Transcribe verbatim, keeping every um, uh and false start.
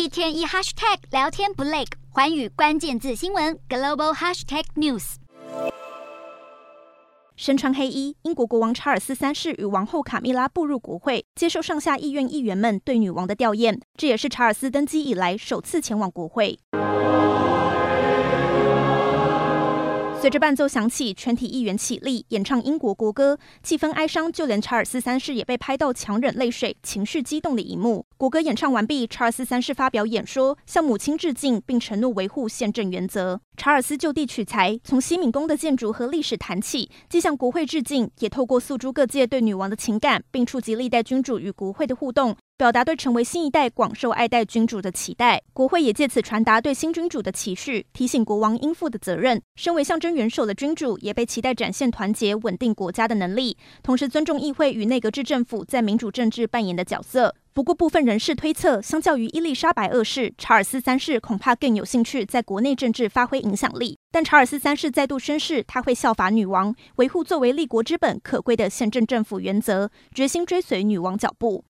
一天一 hashtag 聊天不累，寰宇关键字新闻 global hashtag news。 身穿黑衣，英国国王查尔斯三世与王后卡米拉步入国会，接受上下议院议员们对女王的吊唁，这也是查尔斯登基以来首次前往国会。随着伴奏响起，全体议员起立演唱英国国歌，气氛哀伤，就连查尔斯三世也被拍到强忍泪水、情绪激动的一幕。国歌演唱完毕，查尔斯三世发表演说，向母亲致敬，并承诺维护宪政原则。查尔斯就地取材，从西敏宫的建筑和历史谈起，既向国会致敬，也透过诉诸各界对女王的情感，并触及历代君主与国会的互动，表达对成为新一代广受爱戴君主的期待。国会也借此传达对新君主的期许，提醒国王应负的责任。身为象征元首的君主，也被期待展现团结稳定国家的能力，同时尊重议会与内阁制政府在民主政治扮演的角色。不过，部分人士推测，相较于伊丽莎白二世，查尔斯三世恐怕更有兴趣在国内政治发挥影响力。但查尔斯三世再度宣誓，他会效法女王，维护作为立国之本可贵的宪政政府原则，决心追随女王脚步。